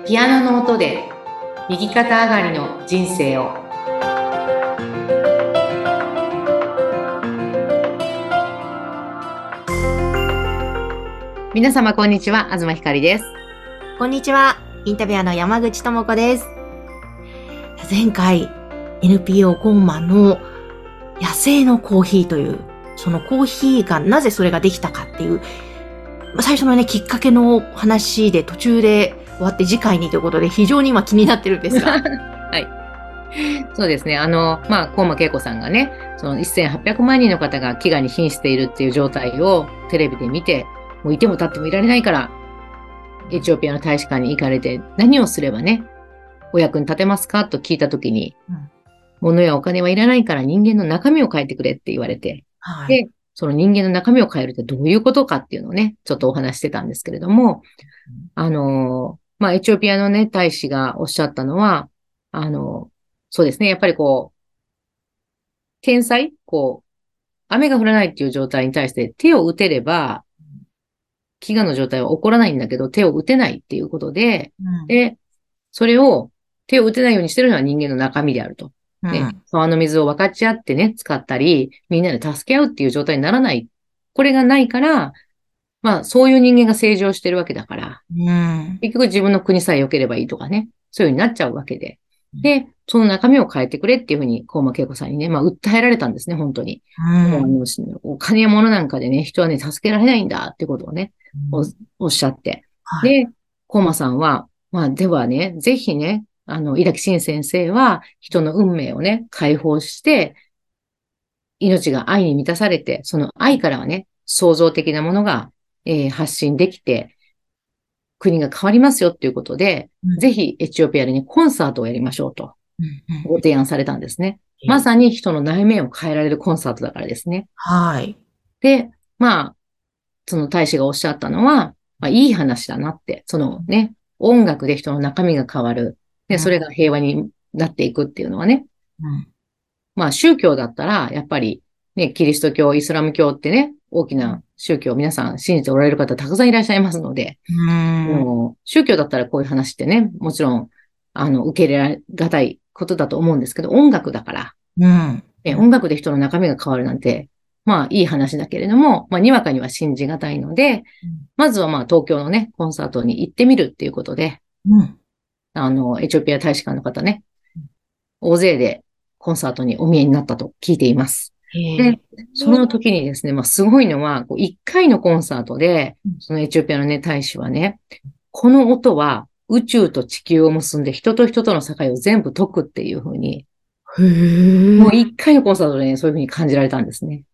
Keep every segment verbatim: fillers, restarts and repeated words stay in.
ピアノの音で右肩上がりの人生を。皆様こんにちは、東ひかりです。 こんにちは、インタビュアーの山口智子です。前回 エヌピーオー コンマの野生のコーヒーという、そのコーヒーがなぜそれができたかっていう最初のねきっかけの話で途中で終わって次回にということで非常に今気になってるんですがはい。そうですね。あの、まあ、高間恵子さんがね、そのせんはっぴゃくまん人の方が飢餓に瀕しているっていう状態をテレビで見て、もういても立ってもいられないから、エチオピアの大使館に行かれて何をすればね、お役に立てますかと聞いたときに、うん、物やお金はいらないから人間の中身を変えてくれって言われて、はい、で、その人間の中身を変えるってどういうことかっていうのをね、ちょっとお話してたんですけれども、あの、まあ、エチオピアのね、大使がおっしゃったのは、あの、そうですね、やっぱりこう、天災こう、雨が降らないっていう状態に対して手を打てれば、飢餓の状態は起こらないんだけど、手を打てないっていうことで、うん、で、それを手を打てないようにしてるのは人間の中身であると。ね、うん、川の水を分かち合ってね、使ったり、みんなで助け合うっていう状態にならない。これがないから、まあ、そういう人間が正常してるわけだから、うん、結局自分の国さえ良ければいいとかね、そういう風になっちゃうわけで。で、その中身を変えてくれっていうふうに、高間恵子さんにね、まあ、訴えられたんですね、本当に。うん、もうあのお金や物なんかでね、人はね、助けられないんだってことをね、うん、お、おっしゃって。はい、で、高間さんは、まあ、ではね、ぜひね、あの、井崎真先生は、人の運命をね、解放して、命が愛に満たされて、その愛からはね、創造的なものが、えー、発信できて、国が変わりますよっていうことで、うん、ぜひエチオピアでね、コンサートをやりましょうと、ご提案されたんですね。うん、まさに人の内面を変えられるコンサートだからですね。 はい。 で、まあ、その大使がおっしゃったのは、まあ、いい話だなって、そのね、音楽で人の中身が変わる。で、それが平和になっていくっていうのはね。うん、まあ、宗教だったら、やっぱり、ね、キリスト教、イスラム教ってね、大きな宗教、皆さん信じておられる方たくさんいらっしゃいますので、うん、宗教だったらこういう話ってね、もちろん、あの、受け入れがたいことだと思うんですけど、音楽だから、うんね、音楽で人の中身が変わるなんて、まあ、いい話だけれども、まあ、にわかには信じがたいので、まずはまあ、東京のね、コンサートに行ってみるっていうことで、うん、あの、エチオピア大使館の方ね、大勢でコンサートにお見えになったと聞いています。で、その時にですね、まあ、すごいのは、いっかいのコンサートで、そのエチオピアのね、大使はね、この音は宇宙と地球を結んで人と人との境を全部解くっていう風に、へもういっかいのコンサートでね、そういう風に感じられたんですね。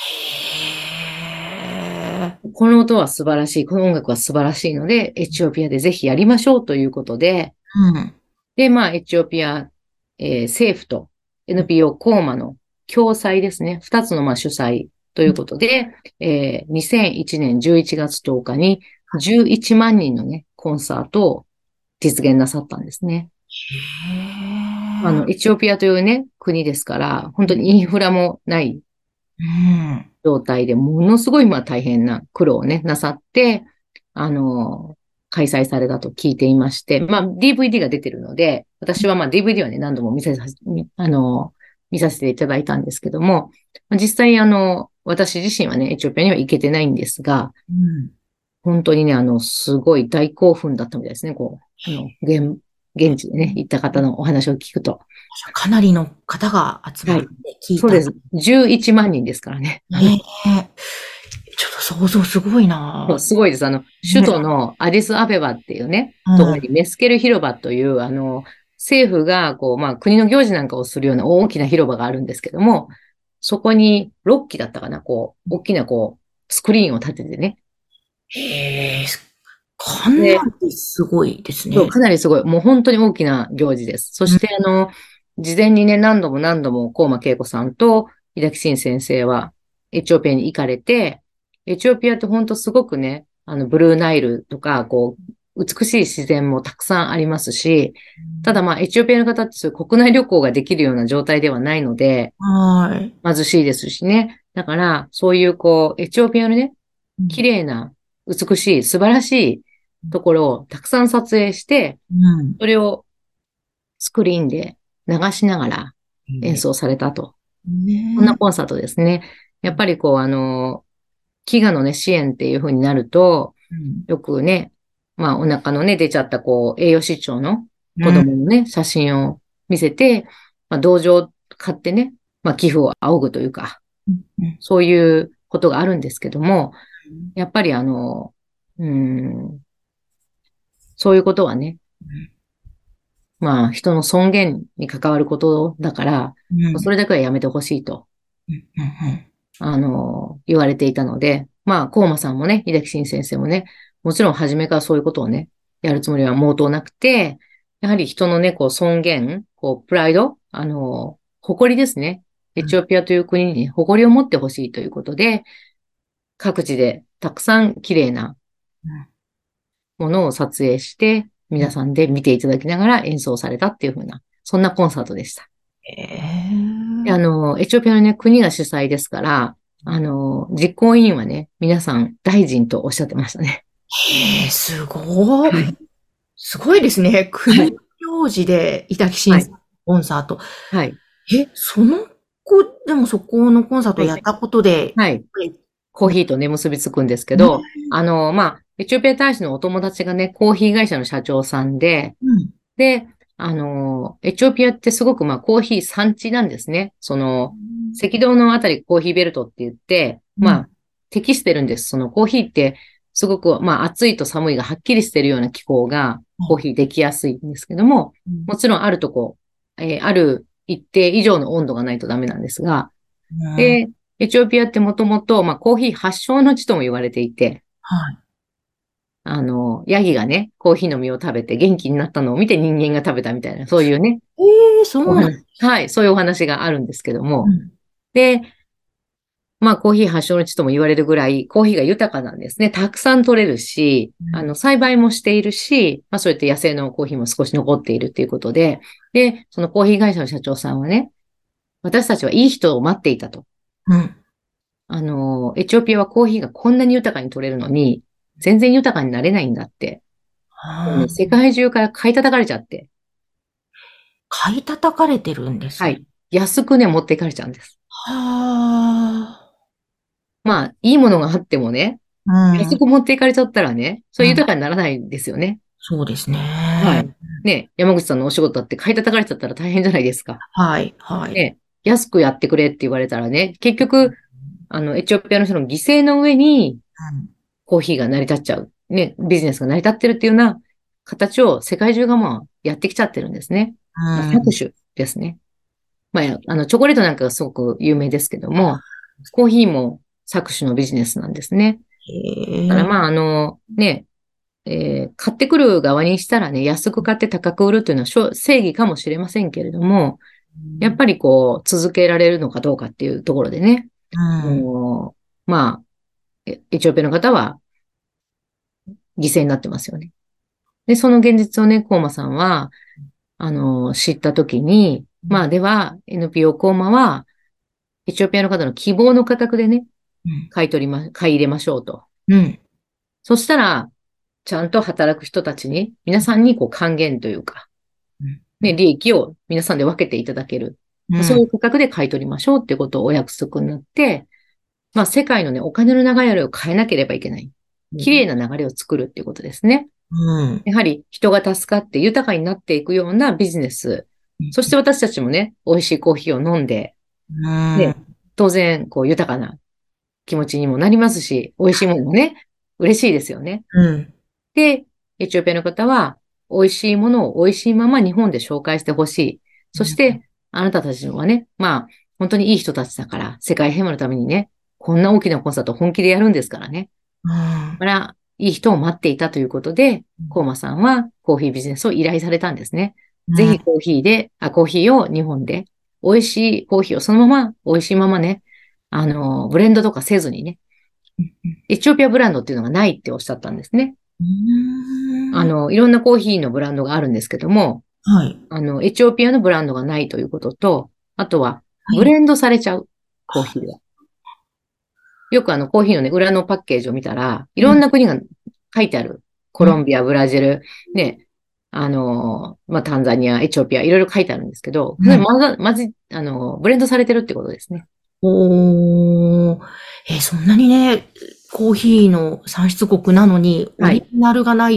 へこの音は素晴らしい、この音楽は素晴らしいので、エチオピアでぜひやりましょうということで、うん、で、まあ、エチオピア、えー、政府と エヌピーオー コーマの共催ですね。二つのまあ主催ということで、えー、にせんいちねんじゅういちがつとおかにじゅういちまん人のね、コンサートを実現なさったんですね。へあの、エチオピアというね、国ですから、本当にインフラもない状態で、ものすごいまあ大変な苦労をね、なさって、あの、開催されたと聞いていまして、まあ ディーブイディー が出てるので、私はまあ ディーブイディー はね、何度も見させ、あの、見させていただいたんですけども、実際あの、私自身はね、エチオピアには行けてないんですが、うん、本当にね、あの、すごい大興奮だったみたいですね、こう、あの、現、現地でね、行った方のお話を聞くと。 かなりの方が集まって聞いた。 はい、そうです。じゅういちまん人ですからね。ねちょっと想像すごいなすごいです。あの、首都のアディスアベバっていうね、うん、ところにメスケル広場という、あの、政府が、こう、まあ、国の行事なんかをするような大きな広場があるんですけども、そこにろっきだったかな、こう、大きな、こう、スクリーンを立ててね。 へえ、かなりすごいですね。 そう、かなりすごい。もう本当に大きな行事です。そして、あの、事前にね、何度も何度も、高間恵子さんと、井崎真先生は、エチオピアに行かれて、エチオピアって本当すごくね、あの、ブルーナイルとか、こう、美しい自然もたくさんありますし、ただまあ、エチオピアの方ってそういう国内旅行ができるような状態ではないので、はい。貧しいですしね。だから、そういうこう、エチオピアのね、綺麗な、美しい、素晴らしいところをたくさん撮影して、 うん。 それをスクリーンで流しながら演奏されたと。そんなねコンサートですね。やっぱりこう、あの、飢餓のね、支援っていう風になると、 うん。 よくね、まあお腹のね、出ちゃったこう、栄養失調の子うん。 供のね、写真を見せて、まあ同情を買ってね、まあ寄付を仰ぐというか、 うん。 そういうことがあるんですけども、やっぱりあの、うん、そういうことはね、まあ人の尊厳に関わることだから、 うん。 それだけはやめてほしいと、 うん。 あの、言われていたので、まあ、コーマさんもね、秀樹新先生もね、もちろん初めからそういうことをね、やるつもりは毛頭なくて、やはり人のね、こう尊厳、こう、プライド、あの、誇りですね。エチオピアという国にね誇りを持ってほしいということで、各地でたくさん綺麗なものを撮影して、皆さんで見ていただきながら演奏されたっていう風な、そんなコンサートでした。で、あええ。 の、エチオピアのね、国が主催ですから、あの、実行委員はね、皆さん大臣とおっしゃってましたね。 へえ、すごい。 はい。 すごいですね。国のはい。 行事で、伊滝はい。 審査コンサート。 はい。 え、その子、でもそこのコンサートはい。 をやったことで、 はい。 やっぱコーヒーとね、結びつくんですけり、ね、 ど、あの、まあ、エチオピア大使のお友達がね、コーヒー会社の社長さんで、 うん。 で、あの、エチオピアってすごくまあコーヒー産地なんですね。その、赤道のあたりコーヒーベルトって言って、 うん。 まあ、適してるんです。そのコーヒーってすごくまあ暑いと寒いがはっきりしてるような気候がコーヒーできやすいんですけども、 うん。 もちろんあるとこ、えーある一定以上の温度がないとダメなんですが、 うん。 で、エチオピアってもともとまあコーヒー発祥の地とも言われていて、 はい。 あの、ヤギがね、コーヒーの実を食べて元気になったのを見て人間が食べたみたいな、そういうね、 ええ、そうなん。 お話、はい、そういうお話があるんですけども。 うん。 で、まあコーヒー発祥の地とも言われるぐらい、コーヒーが豊かなんですね。たくさん取れるし、あの、栽培もしているし、まあそうやって野生のコーヒーも少し残っているっていうことで、で、そのコーヒー会社の社長さんはね、私たちはいい人を待っていたと。 うん。 あの、エチオピアはコーヒーがこんなに豊かに取れるのに、全然豊かになれないんだって。もうね、 はあ。 世界中から買い叩かれちゃって、 買い叩かれてるんですね。 はい。安くね、持っていかれちゃうんです。 はまあ、いいものがあってもね、 あ。うん。 安く持っていかれちゃったらね、それうん。 豊かにならないんですよね。 そうですはい。 ね。 ね、山口さんのお仕事だって買い叩かれちゃったら大変じゃないですか。 はい、はい。 ね、安くやってくれって言われたらね、結局、あの、エチオピアの人の犠牲の上にうん。 コーヒーが成り立っちゃう。ね、ビジネスが成り立ってるっていうような形を世界中がまあやってきちゃってるんですね。まあ、 うん。 搾取ですね。まあ、あの、チョコレートなんかがすごく有名ですけども、コーヒーも搾取のビジネスなんですね。だかへえ。 らまあ、あの、ね、えー買ってくる側にしたらね、安く買って高く売るっていうのはしょ正義かもしれませんけれども、やっぱりこう、続けられるのかどうかっていうところでね、 うあん。 のまあ、エエチオピアの方は犠牲になってますよね。で、その現実をね、コーマさんは、あの知ったときに、まあ、では、エヌピーオー コーマは、エチオピアの方の希望の価格でね、 うん。 買い取りま、買い入れましょうと。 うん。 そしたら、ちゃんと働く人たちに、皆さんにこう還元というか、 うん。 ね、利益を皆さんで分けていただける。 うん。 そういう価格で買い取りましょうっていうことをお約束になって、まあ世界のね、お金の流れを変えなければいけない。綺麗な流れを作るっていうことですね。 うん。 やはり人が助かって豊かになっていくようなビジネス。そして私たちもね、美味しいコーヒーを飲んで、 うん。 ね、当然、こう豊かな気持ちにもなりますし、美味しいものもね、嬉しいですよね。 うん。 で、エチオピアの方は、美味しいものを美味しいまま日本で紹介してほしい。そして、あなたたちはね、まあ、本当にいい人たちだから、世界平和のためにね、こんな大きなコンサートを本気でやるんですからね。 うん。 だから、いい人を待っていたということで、コーマさんはコーヒービジネスを依頼されたんですね。ぜひコーヒーで、あ、コーヒーを日本で、美味しいコーヒーをそのまま、美味しいままね、あの、ブレンドとかせずにね、エチオピアブランドっていうのがないっておっしゃったんですね。 うん。 あの、いろんなコーヒーのブランドがあるんですけども、 はい。 あの、エチオピアのブランドがないということと、あとは、 はい。 ブレンドされちゃうコーヒーは。よくあの、コーヒーのね、裏のパッケージを見たら、いうん。 ろんな国が書いてあるコロンビア、ブラジル、ね、あの、まあ、タンザニア、エチオピア、いろいろ書いてあるんですけど、 うんまず、まず、あの、ブレンドされてるってことですね。 おー。えーそんなにね、コーヒーの産出国なのに、オはい。 リジナルがないって、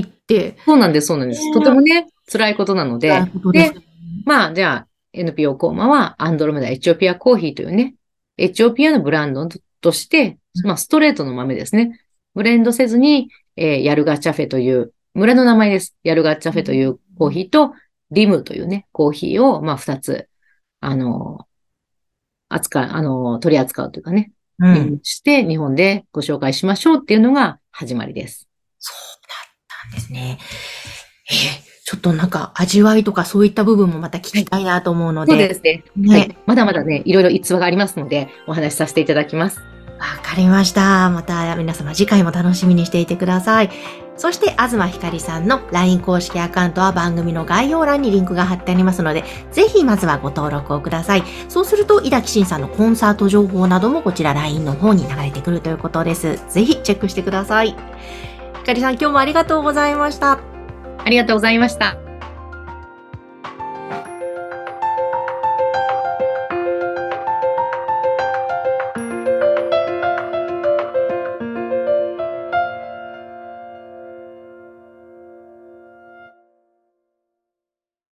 そうなんです、そうなんでねす。とてもね、辛いことなのえ、辛いで、 ことですよで、 ね。 まあ、じゃあ、エヌピーオー コーマはアンドロメダエチオピアコーヒーというね、エチオピアのブランドとして、まあ、ストレートの豆ですね。ブレンドせずに、えーヤルガチャフェという、村の名前です。ヤルガチャフェというコーヒーと、リムというね、コーヒーを、まあ、二つ、あの、扱う、あの、取り扱うというかね、 うん。 輸入して日本でご紹介しましょうっていうのが始まりです。 そうだったんですね。えーちょっとなんか味わいとかそういった部分もまた聞はい。 きたいなと思うので、 そうですね。はい。 ね、 まだまだね、いろいろ逸話がありますので、お話しさせていただきます。 わかりました。また皆様次回も楽しみにしていてください。そして、東ひかりさんの ライン 公式アカウントは番組の概要欄にリンクが貼ってありますので、ぜひまずはご登録をください。そうすると、井田慎さんのコンサート情報などもこちら ライン の方に流れてくるということです。ぜひチェックしてください。ひかりさん、今日もありがとうございました。 ありがとうございました。